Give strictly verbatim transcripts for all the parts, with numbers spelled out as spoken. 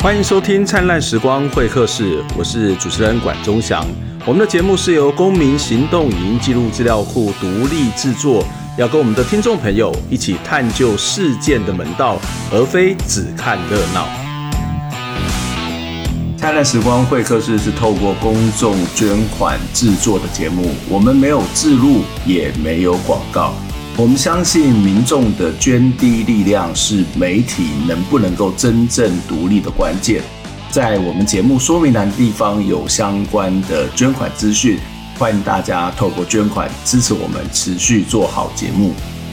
欢迎收听灿烂时光会客室，我是主持人管中祥。我们的节目是由公民行动影音记录资料库独立制作，要跟我们的听众朋友一起探究事件的门道，而非只看热闹。灿烂时光会客室是透过公众捐款制作的节目，我们没有置入，也没有广告。我们相信民众的捐滴力量是媒体能不能够真正独立的关键。在我们节目说明栏的地方有相关的捐款资讯，欢迎大家透过捐款支持我们持续做好节目。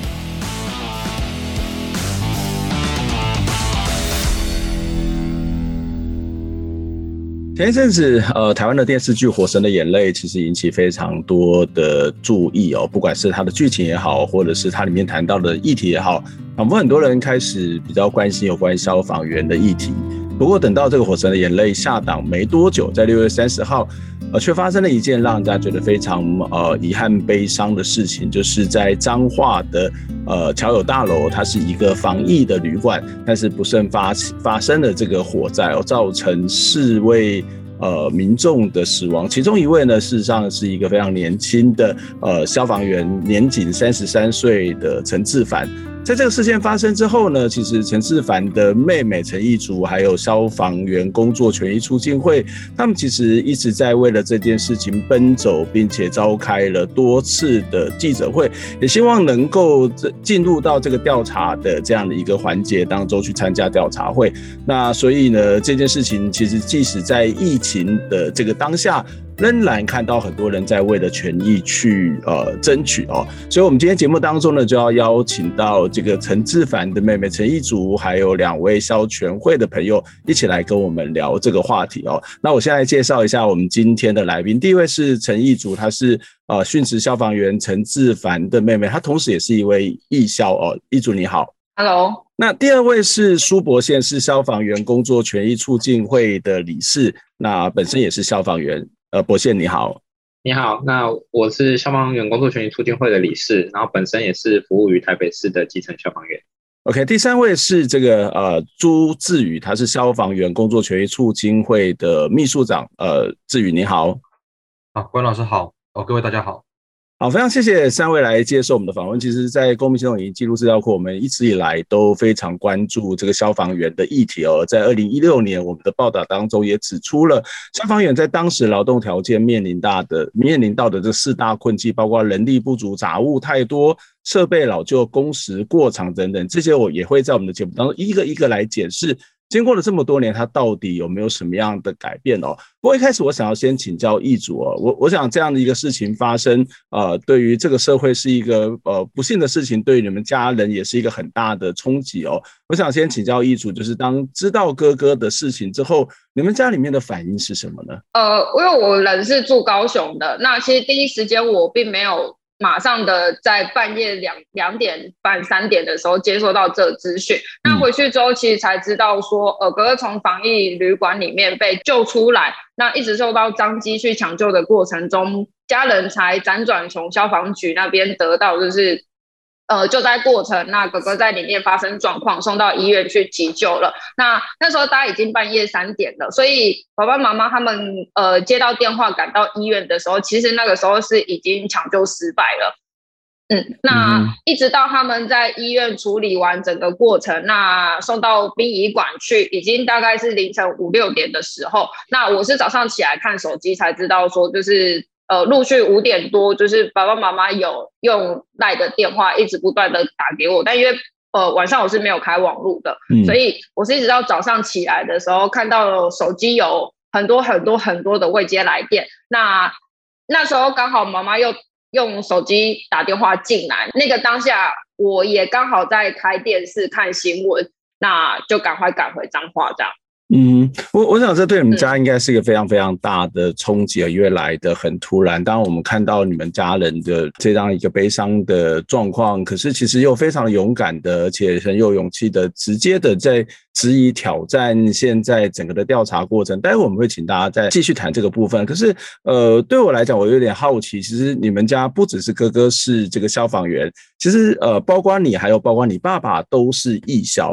前一阵子，呃，台湾的电视剧《火神的眼泪》其实引起非常多的注意哦，不管是它的剧情也好，或者是它里面谈到的议题也好，仿佛很多人开始比较关心有关消防员的议题。不过，等到这个《火神的眼泪》下档没多久，在六月三十号，呃，却发生了一件让人家觉得非常呃遗憾、悲伤的事情，就是在彰化的呃侨友大楼，它是一个防疫的旅馆，但是不慎发发生了这个火灾哦，造成四位呃民众的死亡，其中一位呢，事实上是一个非常年轻的呃消防员，年仅三十三岁的陈志凡。在这个事件发生之后呢，其实陈志凡的妹妹陈义竹，还有消防员工作权益促进会，他们其实一直在为了这件事情奔走，并且召开了多次的记者会，也希望能够进入到这个调查的这样的一个环节当中去参加调查会。那所以呢，这件事情其实即使在疫情的这个当下，仍然看到很多人在为了权益去呃争取哦，所以我们今天节目当中呢，就要邀请到这个陈志凡的妹妹陈义竹，还有两位消全会的朋友一起来跟我们聊这个话题哦。那我现在介绍一下我们今天的来宾，第一位是陈义竹，她是呃殉职消防员陈志凡的妹妹，她同时也是一位义消哦。义竹你好。 Hello。 那第二位是苏博县市消防员工作权益促进会的理事，那本身也是消防员。呃，博宪你好。 你好，那我是消防员工作权益促进会的理事，然后本身也是服务于台北市的基层消防员。 OK， 第三位是这个呃朱志宇，他是消防员工作权益促进会的秘书长。呃，志宇你好。 啊，关老师好。哦，各位大家好。 好，非常谢谢三位来接受我们的访问。其实在公民行动影音记录资料库，我们一直以来都非常关注这个消防员的议题哦。在二零一六年我们的报道当中也指出了，消防员在当时劳动条件面临大的面临到的这四大困境，包括人力不足、杂物太多、设备老旧、工时过长等等，这些我也会在我们的节目当中一个一个来解释。经过了这么多年，它到底有没有什么样的改变哦？不过一开始我想要先请教义竹哦，我我想这样的一个事情发生，呃，对于这个社会是一个呃不幸的事情，对于你们家人也是一个很大的冲击哦。我想先请教义竹，就是当知道哥哥的事情之后，你们家里面的反应是什么呢？ 呃，因为我人是住高雄的，那其实第一时间我并没有马上的在半夜两两点半三点的时候接收到这个资讯，那回去之后其实才知道说，呃，哥哥从防疫旅馆里面被救出来，那一直受到张机去抢救的过程中，家人才辗转从消防局那边得到就是呃救灾过程，那哥哥在里面发生状况，送到医院去急救了。那那时候大家已经半夜三点了，所以爸爸妈妈他们呃接到电话赶到医院的时候，其实那个时候是已经抢救失败了。嗯，那一直到他们在医院处理完整个过程，那送到殡仪馆去，已经大概是凌晨五六点的时候。那我是早上起来看手机才知道说，就是呃陆续五点多，就是爸爸妈妈有用赖的电话一直不断的打给我，但因为呃晚上我是没有开网路的，嗯、所以我是一直到早上起来的时候看到手机有很多很多很多的未接来电。那那时候刚好妈妈又用手机打电话进来，那个当下我也刚好在开电视看新闻，那就赶快赶回彰化这样。 嗯，我我想这对你们家应该是一个非常非常大的冲击，因为来得很突然。当然我们看到你们家人的这样一个悲伤的状况，可是其实又非常勇敢的，而且很有勇气的，直接的在质疑挑战现在整个的调查过程。待会我们会请大家再继续谈这个部分。可是呃，对我来讲，我有点好奇，其实你们家不只是哥哥是这个消防员，其实呃，包括你还有包括你爸爸都是义消。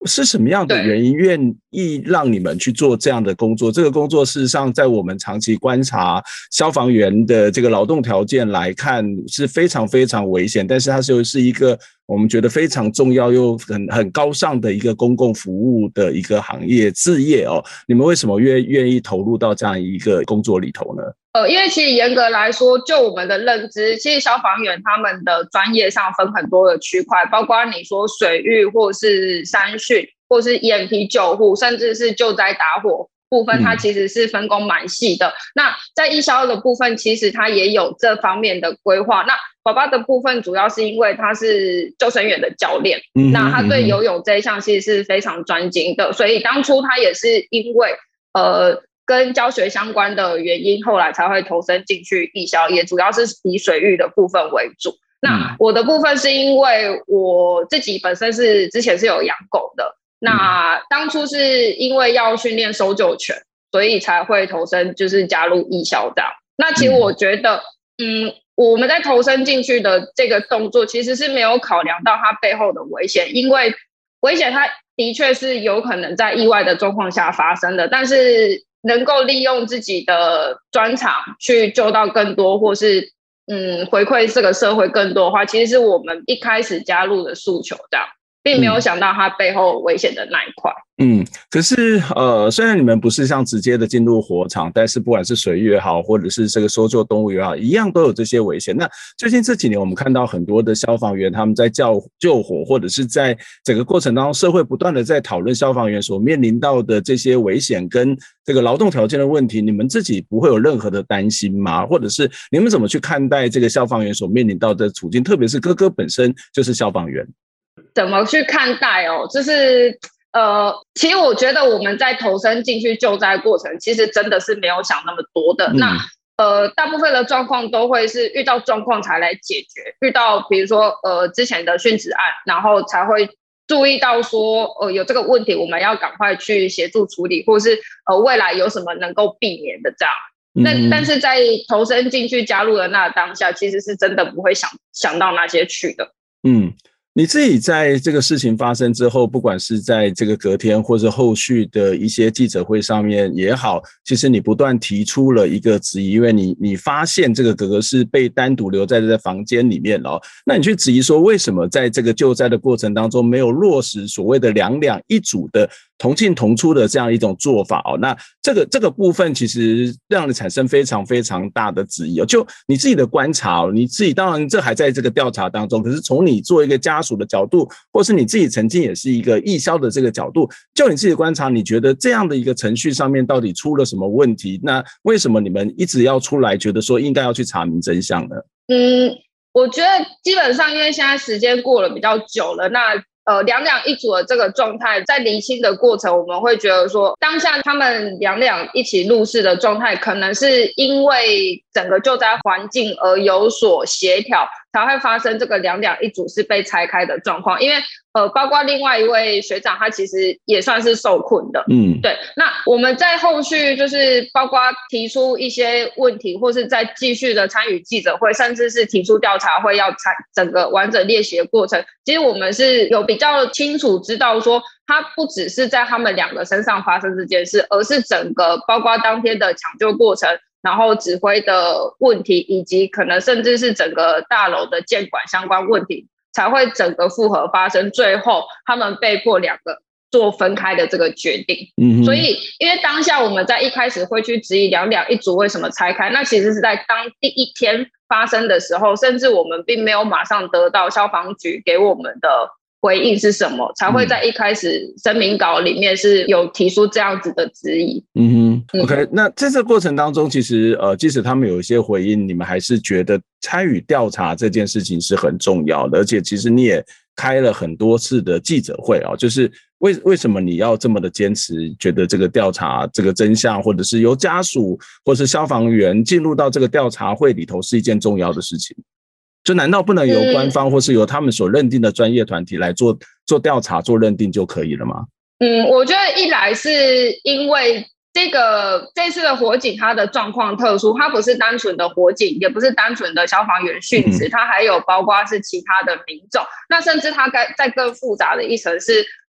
是什么样的原因愿意让你们去做这样的工作？这个工作事实上在我们长期观察消防员的这个劳动条件来看是非常非常危险，但是它就是一个我们觉得非常重要又很很高尚的一个公共服务的一个行业事业哦。你们为什么愿愿意投入到这样一个工作里头呢？ 呃，因为其实严格来说，就我们的认知，其实消防员他们的专业上分很多的区块，包括你说水域或是山训，或是 E M P 救护，甚至是救灾打火部分，它其实是分工蛮细的。嗯、那在义消的部分，其实它也有这方面的规划。那爸爸的部分主要是因为他是救生员的教练，嗯、那他对游泳这一项其实是非常专精的，所以当初他也是因为呃。跟教学相关的原因，后来才会投身进去义消，也主要是以水域的部分为主。那我的部分是因为我自己本身是之前是有养狗的，那当初是因为要训练搜救犬，所以才会投身就是加入义消这样。那其实我觉得，嗯，我们在投身进去的这个动作，其实是没有考量到它背后的危险，因为危险它的确是有可能在意外的状况下发生的，但是能够利用自己的专长去救到更多，或是嗯回馈这个社会更多的话，其实是我们一开始加入的诉求这样，并没有想到它背后危险的那一块。 嗯，可是呃，虽然你们不是像直接的进入火场，但是不管是水域也好，或者是这个搜救动物也好，一样都有这些危险。那最近这几年，我们看到很多的消防员他们在救救火，或者是在整个过程当中，社会不断的在讨论消防员所面临到的这些危险跟这个劳动条件的问题，你们自己不会有任何的担心吗？或者是你们怎么去看待这个消防员所面临到的处境？特别是哥哥本身就是消防员， 怎么去看待哦？就是。呃，其实我觉得我们在投身进去救灾过程，其实真的是没有想那么多的。嗯、那呃，大部分的状况都会是遇到状况才来解决，遇到比如说呃之前的殉职案，然后才会注意到说呃有这个问题，我们要赶快去协助处理，或是呃未来有什么能够避免的这样。那、嗯、但是在投身进去加入的那当下，其实是真的不会想想到那些去的。 嗯。你自己在这个事情发生之后，不管是在这个隔天或者后续的一些记者会上面也好，其实你不断提出了一个质疑，因为你你发现这个哥哥是被单独留在这房间里面了，那你去质疑说为什么在这个救灾的过程当中没有落实所谓的两两一组的同进同出的这样一种做法哦，那这个这个部分其实让你产生非常非常大的质疑哦。就你自己的观察哦，你自己当然这还在这个调查当中，可是从你做一个家属的角度，或是你自己曾经也是一个义消的这个角度，就你自己的观察，你觉得这样的一个程序上面到底出了什么问题？那为什么你们一直要出来觉得说应该要去查明真相呢？ 嗯，我觉得基本上因为现在时间过了比较久了，那呃，两两一组的这个状态，在厘清的过程，我们会觉得说，当下他们两两一起入室的状态，可能是因为整个救灾环境而有所协调，才会发生这个两两一组是被拆开的状况。因为呃，包括另外一位学长，他其实也算是受困的。嗯，对。那我们在后续就是包括提出一些问题，或是在继续的参与记者会，甚至是提出调查会，要参整个完整列席的过程，其实我们是有比较清楚知道说，它不只是在他们两个身上发生这件事，而是整个包括当天的抢救过程，然后指挥的问题，以及可能甚至是整个大楼的建管相关问题，才会整个复合发生，最后他们被迫两个做分开的这个决定。嗯，所以因为当下我们在一开始会去质疑两两一组为什么拆开，那其实是在当第一天发生的时候，甚至我们并没有马上得到消防局给我们的回应是什么，才会在一开始声明稿里面是有提出这样子的质疑。 嗯哼 ，OK， 那在这个过程当中，其实呃，即使他们有一些回应，你们还是觉得参与调查这件事情是很重要的，而且其实你也开了很多次的记者会啊，就是为为什么你要这么的坚持，觉得这个调查这个真相，或者是由家属或是消防员进入到这个调查会里头是一件重要的事情？就难道不能由官方或是由他们所认定的专业团体来做做调查、做认定就可以了吗？ 嗯，我觉得一来是因为这个这次的火警它的状况特殊，它不是单纯的火警，也不是单纯的消防员殉职，它还有包括是其他的民众，那甚至它在更复杂的一层是。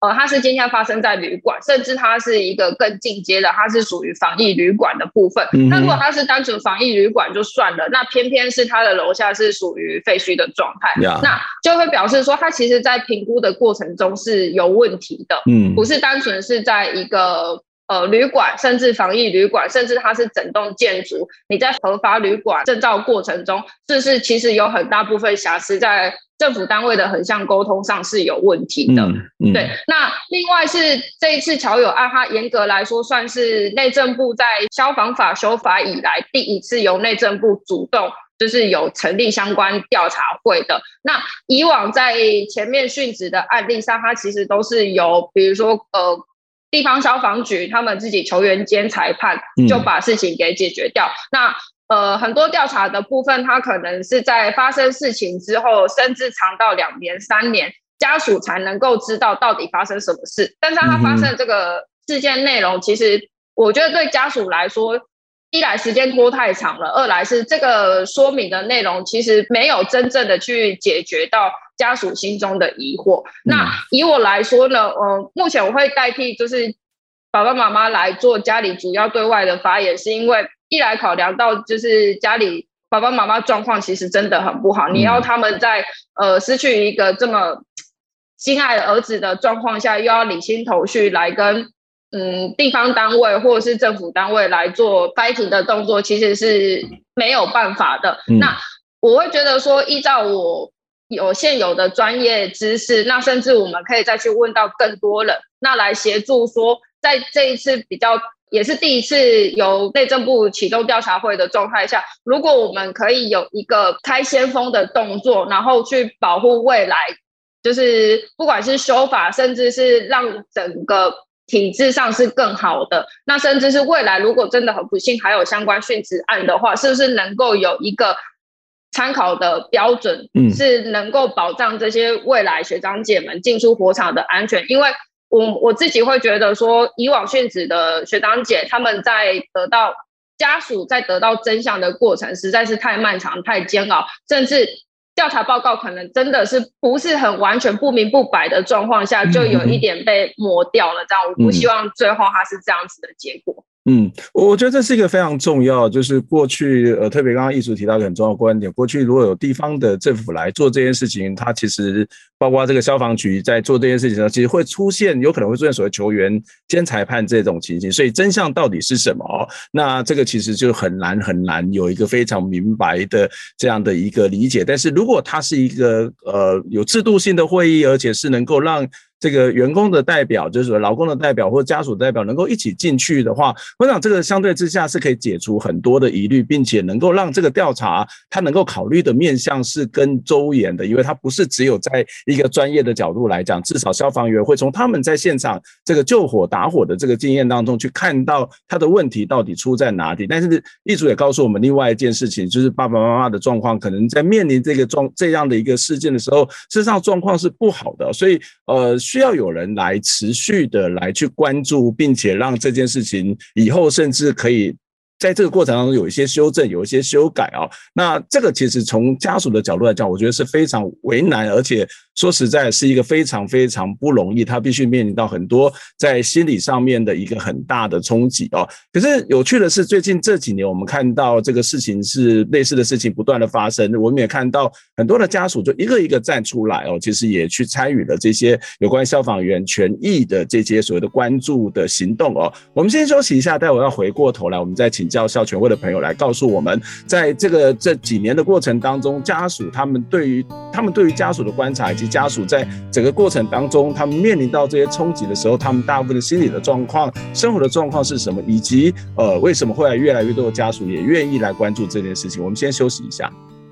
呃，它是今天发生在旅馆，甚至它是一个更进阶的，它是属于防疫旅馆的部分。嗯、那如果它是单纯防疫旅馆就算了，那偏偏是它的楼下是属于废墟的状态， yeah. 那就会表示说它其实在评估的过程中是有问题的，嗯，不是单纯是在一个呃旅馆，甚至防疫旅馆，甚至它是整栋建筑，你在核发旅馆证照过程中，是不是其实有很大部分瑕疵在政府单位的横向沟通上是有问题的，嗯嗯、对。那另外是这一次侨友案，它严格来说算是内政部在消防法修法以来第一次由内政部主动就是有成立相关调查会的。那以往在前面殉职的案例上，它其实都是由比如说呃地方消防局他们自己球员兼裁判就把事情给解决掉。嗯、那呃，很多调查的部分，它可能是在发生事情之后，甚至长到两年、三年，家属才能够知道到底发生什么事。但是它发生这个事件内容，其实我觉得对家属来说，一来时间拖太长了，二来是这个说明的内容其实没有真正的去解决到家属心中的疑惑。那以我来说呢，呃，目前我会代替就是爸爸妈妈来做家里主要对外的发言，是因为一来考量到就是家里爸爸妈妈状况其实真的很不好，你要他们在呃失去一个这么心爱的儿子的状况下，又要理清头绪来跟嗯地方单位或者是政府单位来做 fighting 的动作，其实是没有办法的。嗯、那我会觉得说，依照我有现有的专业知识，那甚至我们可以再去问到更多人，那来协助说，在这一次比较。也是第一次由内政部启动调查会的状态下，如果我们可以有一个开先锋的动作，然后去保护未来，就是不管是修法，甚至是让整个体制上是更好的，那甚至是未来如果真的很不幸还有相关殉职案的话，是不是能够有一个参考的标准，是能够保障这些未来学长姐们进出火场的安全？因为我我自己会觉得说，以往殉职的学长姐他们在得到家属在得到真相的过程实在是太漫长太煎熬，甚至调查报告可能真的是不是很完全不明不白的状况下，就有一点被磨掉了，这样我不希望最后它是这样子的结果。 嗯，我觉得这是一个非常重要，就是过去呃，特别刚刚艺术提到一个很重要的观点，过去如果有地方的政府来做这件事情，它其实包括这个消防局在做这件事情的时候，其实会出现有可能会出现所谓球员兼裁判这种情形，所以真相到底是什么？那这个其实就很难很难有一个非常明白的这样的一个理解。但是如果它是一个呃有制度性的会议，而且是能够让这个员工的代表，就是劳工的代表或家属的代表能够一起进去的话，我想这个相对之下是可以解除很多的疑虑，并且能够让这个调查它能够考虑的面向是更周延的，因为它不是只有在一个专业的角度来讲，至少消防员会从他们在现场这个救火打火的这个经验当中去看到他的问题到底出在哪里。但是艺术也告诉我们另外一件事情，就是爸爸妈妈的状况可能在面临这个状这样的一个事件的时候，事实上状况是不好的，所以呃需要有人来持续的来去关注，并且让这件事情以后甚至可以在这个过程当中有一些修正，有一些修改啊、哦。那这个其实从家属的角度来讲，我觉得是非常为难，而且说实在是一个非常非常不容易，他必须面临到很多在心理上面的一个很大的冲击哦。可是有趣的是，最近这几年我们看到这个事情是类似的事情不断的发生，我们也看到很多的家属就一个一个站出来哦，其实也去参与了这些有关消防员权益的这些所谓的关注的行动哦。我们先休息一下，待会要回过头来，我们再请教校权会的朋友来告诉我们，在这个这几年的过程当中，家属他们对于他们对于家属的观察，以及家属在整个过程当中，他们面临到这些冲击的时候，他们大部分的心理的状况、生活的状况是什么，以及呃为什么会来越来越多的家属也愿意来关注这件事情。我们先休息一下。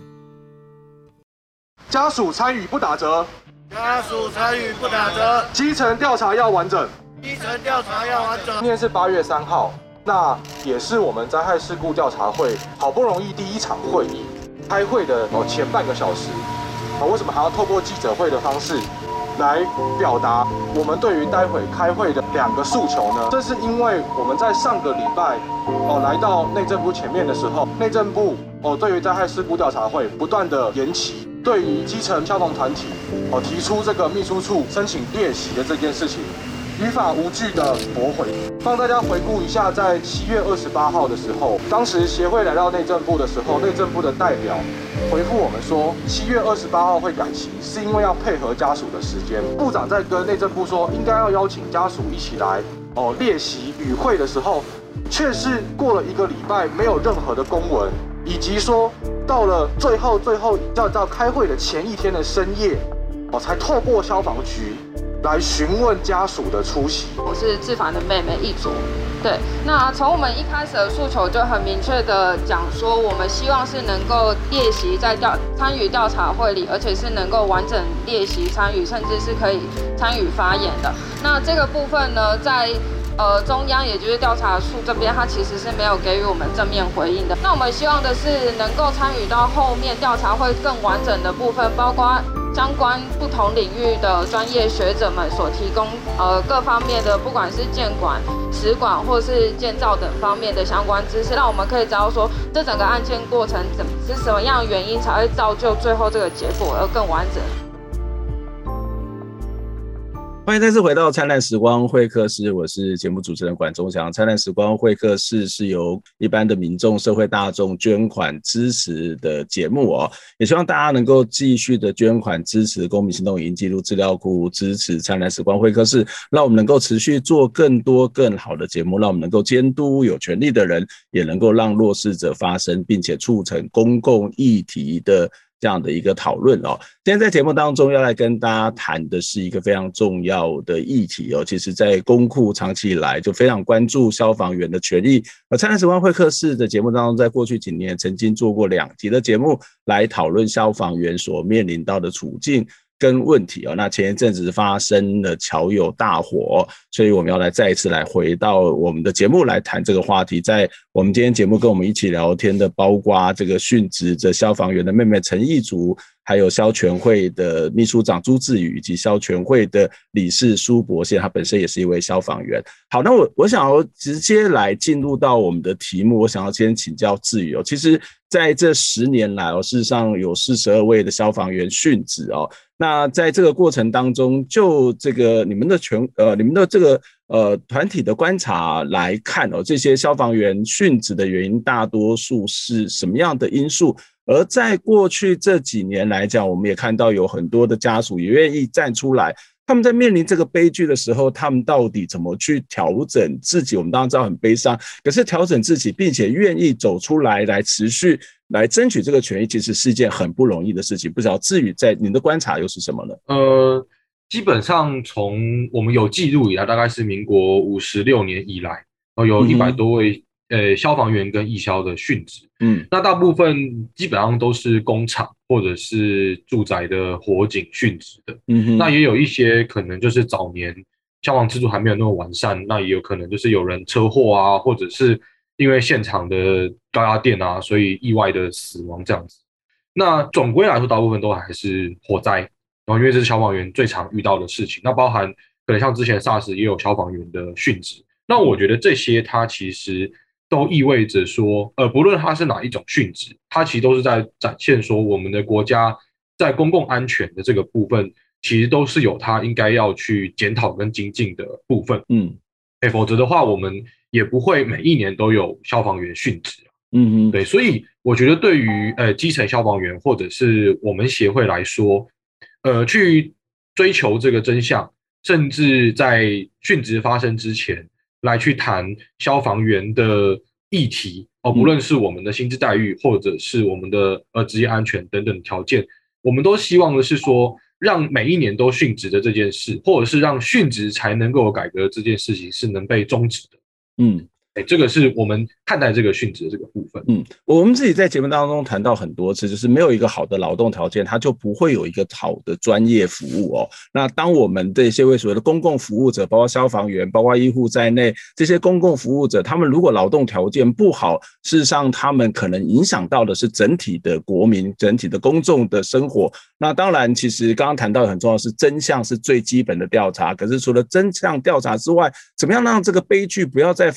家属参与不打折， 家属参与不打折， 基层调查要完整， 基层调查要完整。 今天是八月三号，那也是我们灾害事故调查会好不容易第一场会议，开会的前半个小时，为什么还要透过记者会的方式来表达我们对于待会开会的两个诉求呢？这是因为我们在上个礼拜哦来到内政部前面的时候，内政部哦对于灾害事故调查会不断的延期， 对于基层消防团体哦提出这个秘书处申请列席的这件事情，于法无据的驳回。帮大家回顾一下，在七月二十八号的时候，当时协会来到内政部的时候，内政部的代表回复我们说，七月二十八号会改期，是因为要配合家属的时间。部长在跟内政部说，应该要邀请家属一起来哦列席与会的时候，却是过了一个礼拜没有任何的公文，以及说到了最后最后要到开会的前一天的深夜，哦才透过消防局来询问家属的出席。 我是志凡的妹妹一卓。对，那从我们一开始的诉求就很明确的讲说，我们希望是能够列席在调参与调查会里，而且是能够完整列席参与，甚至是可以参与发言的。那这个部分呢，在呃中央也就是调查处这边，它其实是没有给予我们正面回应的。那我们希望的是能够参与到后面调查会更完整的部分，包括相关不同领域的专业学者们所提供呃各方面的，不管是建管、实管或是建造等方面的相关知识，让我们可以知道说这整个案件过程怎是什么样的原因才会造就最后这个结果而更完整。 欢迎再次回到灿烂时光会客室，我是节目主持人管中祥。灿烂时光会客室是由一般的民众、社会大众捐款支持的节目哦，也希望大家能够继续的捐款支持公民行动影音记录资料库，支持灿烂时光会客室，让我们能够持续做更多更好的节目，让我们能够监督有权利的人，也能够让弱势者发声，并且促成公共议题的这样的一个讨论哦。今天在节目当中要来跟大家谈的是一个非常重要的议题哦。其实在公库长期以来就非常关注消防员的权益，而灿烂时光会客室的节目当中，在过去几年曾经做过两集的节目来讨论消防员所面临到的处境跟问题哦。那前一阵子发生了桥友大火，所以我们要来再一次来回到我们的节目来谈这个话题。在我们今天节目跟我们一起聊天的，包括这个殉职的消防员的妹妹陈义竹，还有消全会的秘书长朱志宇，以及消全会的理事苏博宪，他本身也是一位消防员。好，那我我想要直接来进入到我们的题目，我想要先请教志宇哦。其实在这十年来哦，事实上有四十二位的消防员殉职哦。那在这个过程当中，就这个你们的全呃你们的这个呃团体的观察来看哦，这些消防员殉职的原因大多数是什么样的因素？而在过去这几年来讲，我们也看到有很多的家属也愿意站出来，他们在面临这个悲剧的时候，他们到底怎么去调整自己？我们当然知道很悲伤，可是调整自己并且愿意走出来来持续来争取这个权益，其实是一件很不容易的事情。不知道志宇在您的观察又是什么呢？ 呃，基本上从我们有记录以来，大概是民国五十六年以来，有一百多位、嗯、呃消防员跟义消的殉职。嗯，那大部分基本上都是工厂或者是住宅的火警殉职的。嗯哼，那也有一些可能就是早年消防制度还没有那么完善，那也有可能就是有人车祸啊，或者是因为现场的高压电啊，所以意外的死亡这样子。那总归来说，大部分都还是火灾，然后因为这是消防员最常遇到的事情。那包含可能像之前 SARS 也有消防员的殉职。那我觉得这些它其实都意味着说，呃，不论它是哪一种殉职，它其实都是在展现说我们的国家在公共安全的这个部分，其实都是有它应该要去检讨跟精进的部分。嗯，欸、否则的话，我们也不会每一年都有消防员殉职。嗯哼，对，所以我觉得对于呃基层消防员或者是我们协会来说，呃，去追求这个真相，甚至在殉职发生之前，来去谈消防员的议题哦，不论是我们的薪资待遇，或者是我们的呃职业安全等等条件，我们都希望的是说，让每一年都殉职的这件事，或者是让殉职才能够有改革这件事情是能被终止的。嗯。哎，这个是我们看待这个殉职的这个部分。嗯， 我们自己在节目当中谈到很多次，就是没有一个好的劳动条件，它就不会有一个好的专业服务哦。那当我们这些位所谓的公共服务者，包括消防员、包括医护在内，这些公共服务者，他们如果劳动条件不好，事实上他们可能影响到的是整体的国民、整体的公众的生活。那当然，其实刚刚谈到很重要的是真相是最基本的调查，可是除了真相调查之外，怎么样让这个悲剧不要再发生，也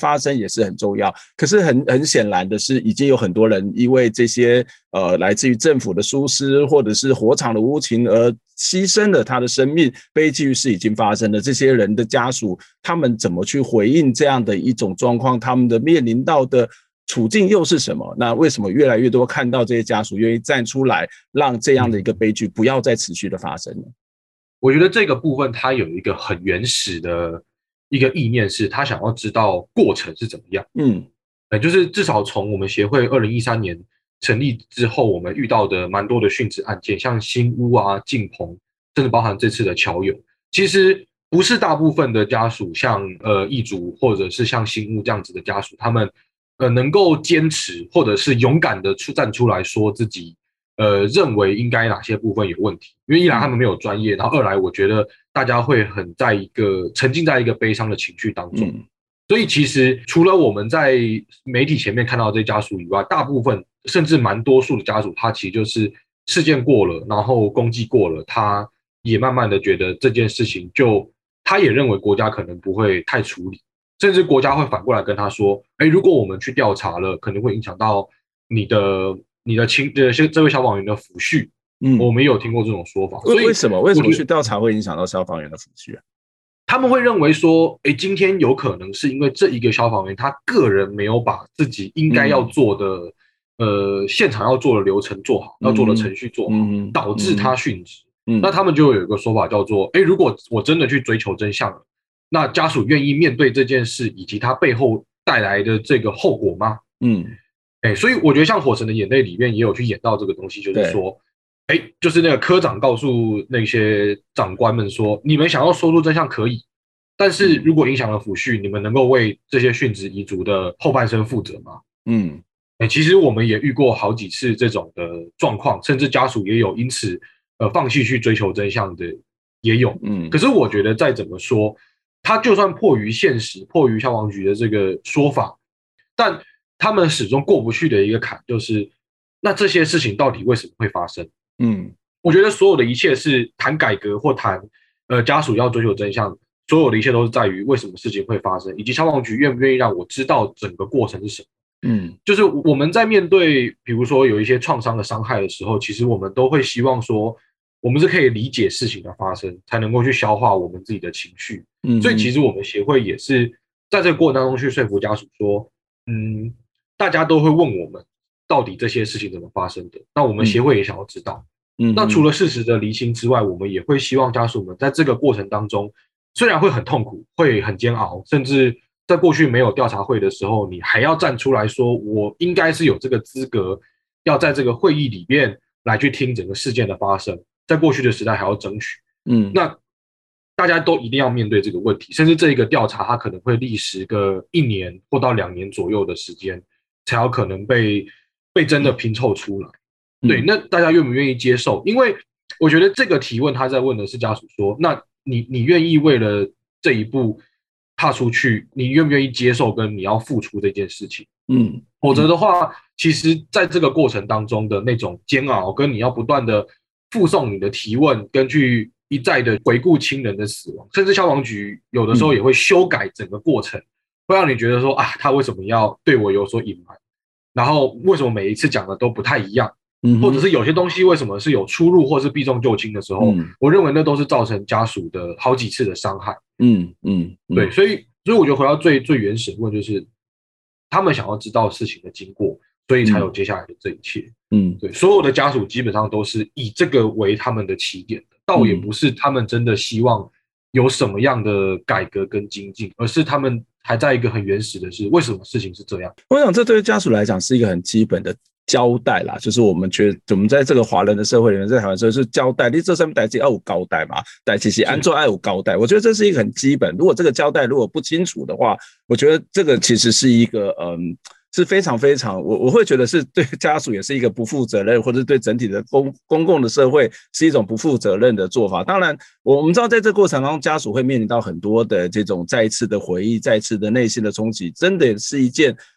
也是很重要。可是很很显然的是，已经有很多人因为这些呃来自于政府的疏失或者是火场的无情而牺牲了他的生命，悲剧是已经发生了。这些人的家属，他们怎么去回应这样的一种状况？他们的面临到的处境又是什么？那为什么越来越多看到这些家属愿意站出来，让这样的一个悲剧不要再持续的发生呢？ 我觉得这个部分它有一个很原始的一个意念，是他想要知道过程是怎么样。嗯，就是至少从我们协会二零一三年成立之后，我们遇到的蛮多的殉职案件，像新屋啊、敬鹏，甚至包含这次的侨友，其实不是大部分的家属，像呃义族或者是像新屋这样子的家属，他们呃能够坚持或者是勇敢的出站出来说自己呃认为应该哪些部分有问题，因为一来他们没有专业，然后二来我觉得大家会很在一个沉浸在一个悲伤的情绪当中。嗯，所以其实除了我们在媒体前面看到这些家属以外，大部分甚至蛮多数的家属，他其实就是事件过了，然后公祭过了，他也慢慢的觉得这件事情就，他也认为国家可能不会太处理，甚至国家会反过来跟他说，哎，如果我们去调查了，可能会影响到你的你的亲这这位消防员的抚恤。嗯，我们也有听过这种说法。所以为什么为什么去调查会影响到消防员的抚恤啊？ 他们会认为说，哎，今天有可能是因为这一个消防员他个人没有把自己应该要做的，嗯、呃，现场要做的流程做好，嗯、要做的程序做好，嗯、导致他殉职。嗯、那他们就有一个说法叫做，哎，如果我真的去追求真相了，那家属愿意面对这件事以及他背后带来的这个后果吗？嗯，哎，所以我觉得像《火神的眼泪》里面也有去演到这个东西，就是说。哎，就是那个科长告诉那些长官们说，你们想要说出真相可以，但是如果影响了抚恤，你们能够为这些殉职遗族的后半生负责吗？嗯，哎，其实我们也遇过好几次这种的状况，甚至家属也有因此呃放弃去追求真相的也有。嗯，可是我觉得再怎么说，他就算迫于现实，迫于消防局的这个说法，但他们始终过不去的一个坎就是，那这些事情到底为什么会发生？嗯，我觉得所有的一切是谈改革或谈呃家属要追求真相，所有的一切都是在于为什么事情会发生，以及消防局愿不愿意让我知道整个过程是什么。嗯，就是我们在面对比如说有一些创伤的伤害的时候，其实我们都会希望说，我们是可以理解事情的发生，才能够去消化我们自己的情绪。嗯，所以其实我们协会也是在这个过程当中去说服家属说，嗯，大家都会问我们。到底这些事情怎么发生的？那我们协会也想要知道。嗯，那除了事实的厘清之外，我们也会希望家属们在这个过程当中，虽然会很痛苦，会很煎熬，甚至在过去没有调查会的时候，你还要站出来说，我应该是有这个资格，要在这个会议里面来去听整个事件的发生。在过去的时代还要争取。嗯，那大家都一定要面对这个问题，甚至这一个调查它可能会历时个一年或到两年左右的时间，才有可能被。被真的拼凑出来，对，那大家愿不愿意接受？因为我觉得这个提问他在问的是家属说，那你你愿意为了这一步踏出去，你愿不愿意接受跟你要付出这件事情？嗯，否则的话，其实在这个过程当中的那种煎熬，跟你要不断的附送你的提问，跟去一再的回顾亲人的死亡，甚至消防局有的时候也会修改整个过程，会让你觉得说啊，他为什么要对我有所隐瞒？然后为什么每一次讲的都不太一样，嗯、或者是有些东西为什么是有出入或是避重就轻的时候，嗯、我认为那都是造成家属的好几次的伤害。嗯嗯，对，所以所以我觉得回到最最原始的问，就是他们想要知道事情的经过，所以才有接下来的这一切。嗯，对，所有的家属基本上都是以这个为他们的起点的，倒也不是他们真的希望有什么样的改革跟精进，而是他们。还在一个很原始的是为什么事情是这样？ 我想这对家属来讲是一个很基本的交代啦，就是我们觉得我们在这个华人的社会里面，在台湾社会是交代，你这上面代志要有交代嘛，但其实按照要有交代，我觉得这是一个很基本。如果这个交代如果不清楚的话，我觉得这个其实是一个嗯。是非常非常，我我会觉得是对家属也是一个不负责任，或者对整体的公公共的社会是一种不负责任的做法。当然，我们知道在这个过程当中，家属会面临到很多的这种再一次的回忆、再一次的内心的冲击，真的是一件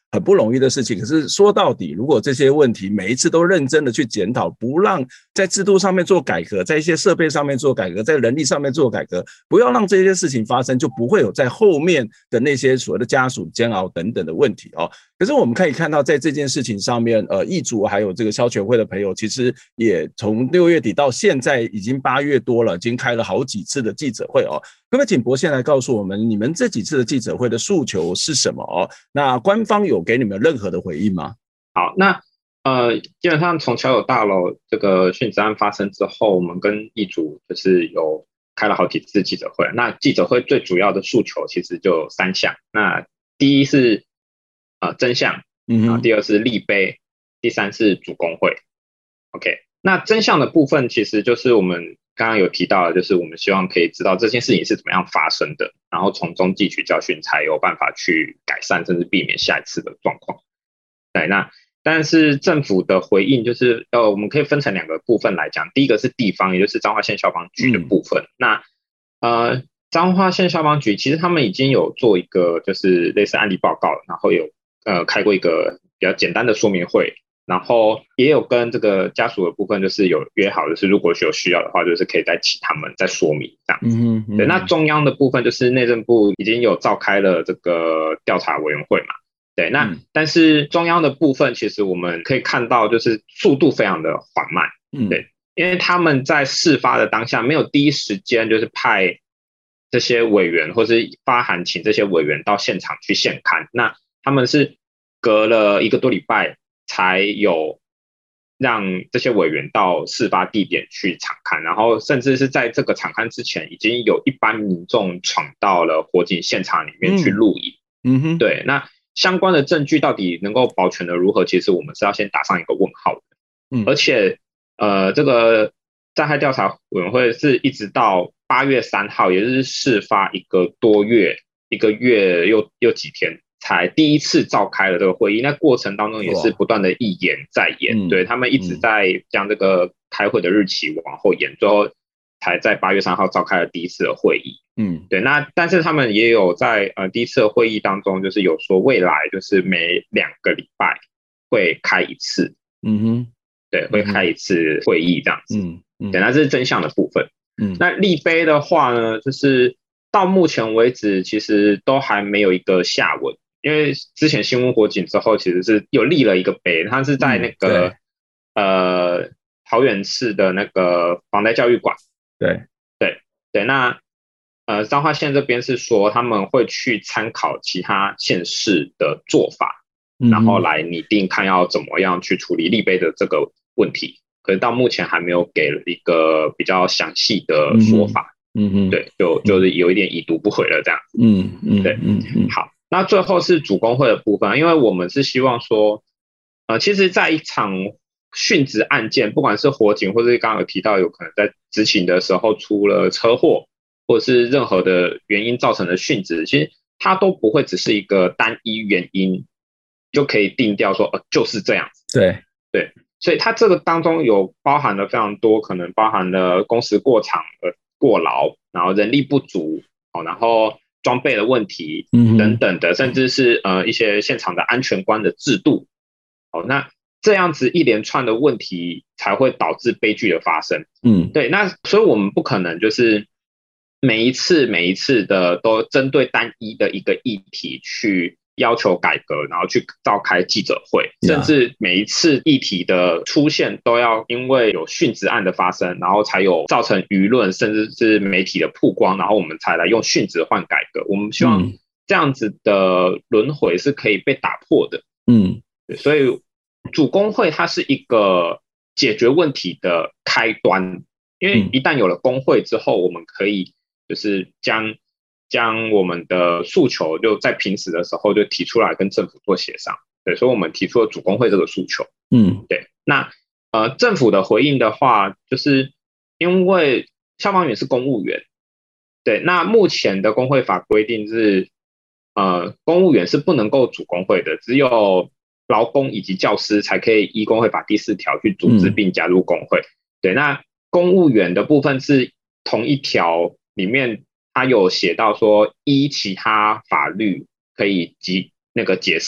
很不容易的事情。可是说到底，如果这些问题每一次都认真的去检讨，不让在制度上面做改革，在一些设备上面做改革，在人力上面做改革，不要让这些事情发生，就不会有在后面的那些所谓的家属煎熬等等的问题哦。可是我们可以看到，在这件事情上面，呃，义族还有这个消全会的朋友，其实也从六月底到现在已经八月多了，已经开了好几次的记者会哦。可不可以请博宪来告诉我们，你们这几次的记者会的诉求是什么哦？那官方有给你们任何的回应吗？ 好，那呃，基本上从侨友大楼这个殉职案发生之后，我们跟义族就是有开了好几次记者会。那记者会最主要的诉求其实就有三项。那第一是呃真相，嗯，第二是立碑，第三是主工会。OK， 那真相的部分其实就是我们刚刚有提到的，就是我们希望可以知道这件事情是怎么样发生的，然后从中汲取教训，才有办法去改善甚至避免下一次的状况。对，那但是政府的回应就是呃，我们可以分成两个部分来讲。第一个是地方，也就是彰化县消防局的部分。嗯、那呃，彰化县消防局其实他们已经有做一个就是类似案例报告，然后有呃开过一个比较简单的说明会。然后也有跟这个家属的部分，就是有约好，就是如果有需要的话，就是可以再请他们再说明这样子。嗯嗯对，那中央的部分就是内政部已经有召开了这个调查委员会嘛。对，那、嗯、但是中央的部分，其实我们可以看到，就是速度非常的缓慢。嗯，对，因为他们在事发的当下没有第一时间就是派这些委员或是发函请这些委员到现场去现勘，那他们是隔了一个多礼拜。才有让这些委员到事发地点去场勘，然后甚至是在这个场勘之前，已经有一般民众闯到了火警现场里面去录影。嗯哼，对，那相关的证据到底能够保全的如何，其实我们是要先打上一个问号的。嗯，而且呃，这个灾害调查委员会是一直到八月三号，也就是事发一个多月，一个月又又几天。才第一次召开了这个会议，那过程当中也是不断的一延再延，对，他们一直在将这个开会的日期往后延，最后才在八月三号召开了第一次的会议。嗯，对，那但是他们也有在呃第一次的会议当中，就是有说未来就是每两个礼拜会开一次。嗯哼，对，会开一次会议这样子。嗯嗯，对，那这是真相的部分。嗯，那立碑的话呢，就是到目前为止其实都还没有一个下文。因为之前新屋火警之后，其实是有立了一个碑，它是在那个、嗯、呃桃园市的那个防灾教育馆。对对对，那呃彰化县这边是说他们会去参考其他县市的做法，嗯、然后来拟定看要怎么样去处理立碑的这个问题。可是到目前还没有给了一个比较详细的说法。嗯嗯，对，就就是有一点已读不回了这样子。嗯嗯，对，嗯嗯，好。那最后是主工会的部分，因为我们是希望说，呃，其实在一场殉职案件，不管是火警或是刚刚有提到有可能在执勤的时候出了车祸，或者是任何的原因造成的殉职，其实它都不会只是一个单一原因就可以定调说，呃，就是这样子。对对，所以它这个当中有包含了非常多，可能包含了工时过长、呃过劳，然后人力不足，哦，然后装备的问题等等的，甚至是呃一些现场的安全观的制度，哦，那这样子一连串的问题才会导致悲剧的发生。嗯，对，那所以我们不可能就是每一次每一次的都针对单一的一个议题去要求改革，然后去召开记者会， yeah. 甚至每一次议题的出现都要因为有殉职案的发生，然后才有造成舆论甚至是媒体的曝光，然后我们才来用殉职换改革。我们希望这样子的轮回是可以被打破的。嗯，所以主工会它是一个解决问题的开端，因为一旦有了工会之后，我们可以就是将将我们的诉求就在平时的时候就提出来跟政府做协商。对，所以我们提出了主工会这个诉求。嗯，对。那呃政府的回应的话，就是因为消防员是公务员，对，那目前的工会法规定是呃公务员是不能够组工会的，只有劳工以及教师才可以依工会法第四条去组织并加入工会。嗯、对，那公务员的部分是同一条里面它有写到说依其他法律可以及那个结社，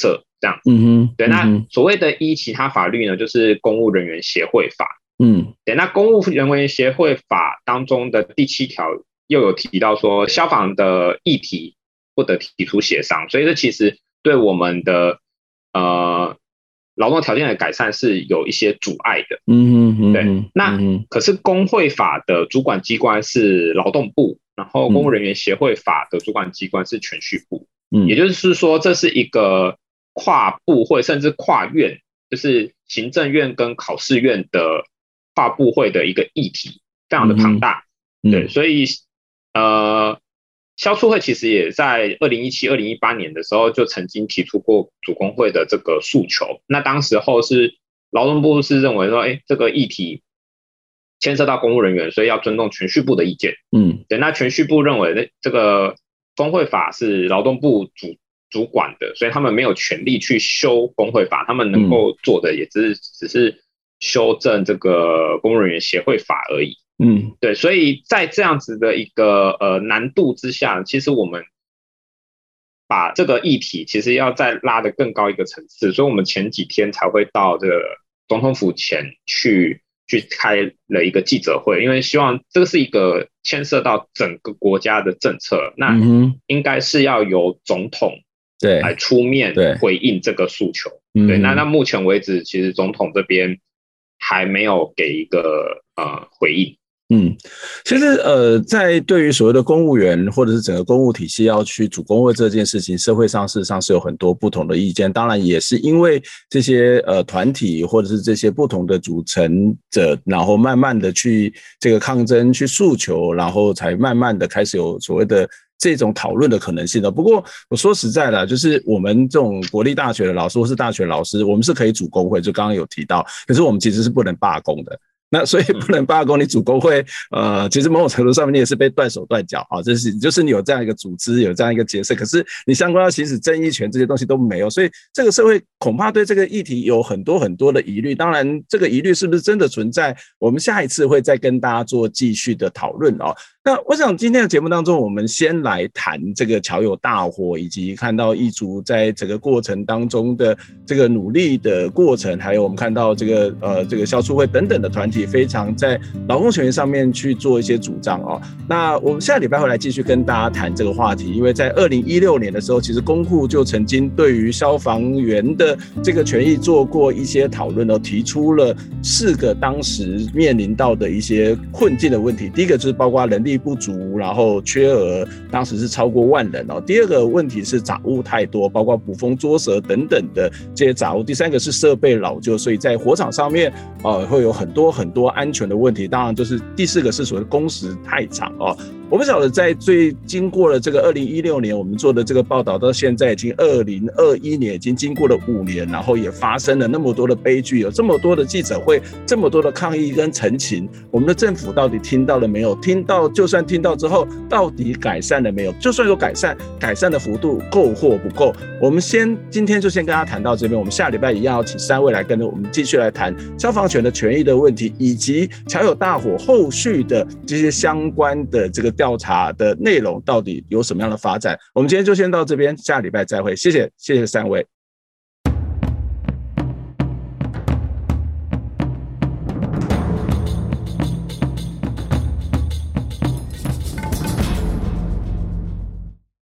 这样子。 嗯哼， 对，那所谓的依其他法律呢，就是公务人员协会法。 嗯， 对，那公务人员协会法当中的第七条又有提到说，消防的议题不得提出协商，所以这其实对我们的呃劳动条件的改善是有一些阻碍的。 嗯哼， 对，那可是工会法的主管机关是劳动部，然后公务人员协会法的主管机关是铨叙部。嗯，也就是说，这是一个跨部会甚至跨院，就是行政院跟考试院的跨部会的一个议题，非常的庞大。嗯、对，所以呃，消促会其实也在二零一七、二零一八年的时候就曾经提出过主工会的这个诉求。那当时候是劳动部是认为说，哎，这个议题牵涉到公务人员，所以要尊重铨叙部的意见。嗯，对，那铨叙部认为这个工会法是劳动部主主管的，所以他们没有权利去修工会法，他们能够做的也只是、嗯、只是修正这个公务人员协会法而已。嗯，对，所以在这样子的一个呃难度之下，其实我们把这个议题其实要再拉得更高一个层次，所以我们前几天才会到这个总统府前去去开了一个记者会，因为希望这个是一个牵涉到整个国家的政策，那应该是要由总统对来出面回应这个诉求。对，对，那那目前为止，其实总统这边还没有给一个呃回应。 嗯，其实呃，在对于所谓的公务员或者是整个公务体系要去组工会这件事情，社会上事实上是有很多不同的意见。当然也是因为这些呃团体或者是这些不同的组成者，然后慢慢的去这个抗争、去诉求，然后才慢慢的开始有所谓的这种讨论的可能性的。不过我说实在的，就是我们这种国立大学的老师或是大学老师，我们是可以组工会，就刚刚有提到，可是我们其实是不能罢工的。那所以不能罢工，你组工会，呃，其实某种程度上面你也是被断手断脚啊，就是就是你有这样一个组织，有这样一个结社，可是你相关要行使争议权这些东西都没有，所以这个社会恐怕对这个议题有很多很多的疑虑。当然，这个疑虑是不是真的存在，我们下一次会再跟大家做继续的讨论哦。那我想今天的节目当中，我们先来谈这个侨友大火，以及看到异族在整个过程当中的这个努力的过程，还有我们看到这个呃这个消促会等等的团体非常在劳工权益上面去做一些主张哦。那我们下礼拜会来继续跟大家谈这个话题，因为在二零一六年的时候，其实公库就曾经对于消防员的这个权益做过一些讨论哦，提出了四个当时面临到的一些困境的问题。第一个就是包括人力不足，然后缺额，当时是超过万人哦。第二个问题是杂物太多，包括捕风捉蛇等等的这些杂物。第三个是设备老旧，所以在火场上面呃会有很多很多安全的问题。当然就是第四个是所谓工时太长哦。我不晓得在最经过了这个二零一六年我们做的这个报道到现在已经二零二一年，已经经过了五年，然后也发生了那么多的悲剧，有这么多的记者会，这么多的抗议跟陈情，我们的政府到底听到了没有？听到就算听到之后，到底改善了没有？就算有改善，改善的幅度够或不够？我们先今天就先跟大家谈到这边，我们下礼拜一样要请三位来跟着我们继续来谈消防权的权益的问题，以及侨友大火后续的这些相关的这个调查的内容到底有什么样的发展。我们今天就先到这边，下礼拜再会，谢谢谢谢三位。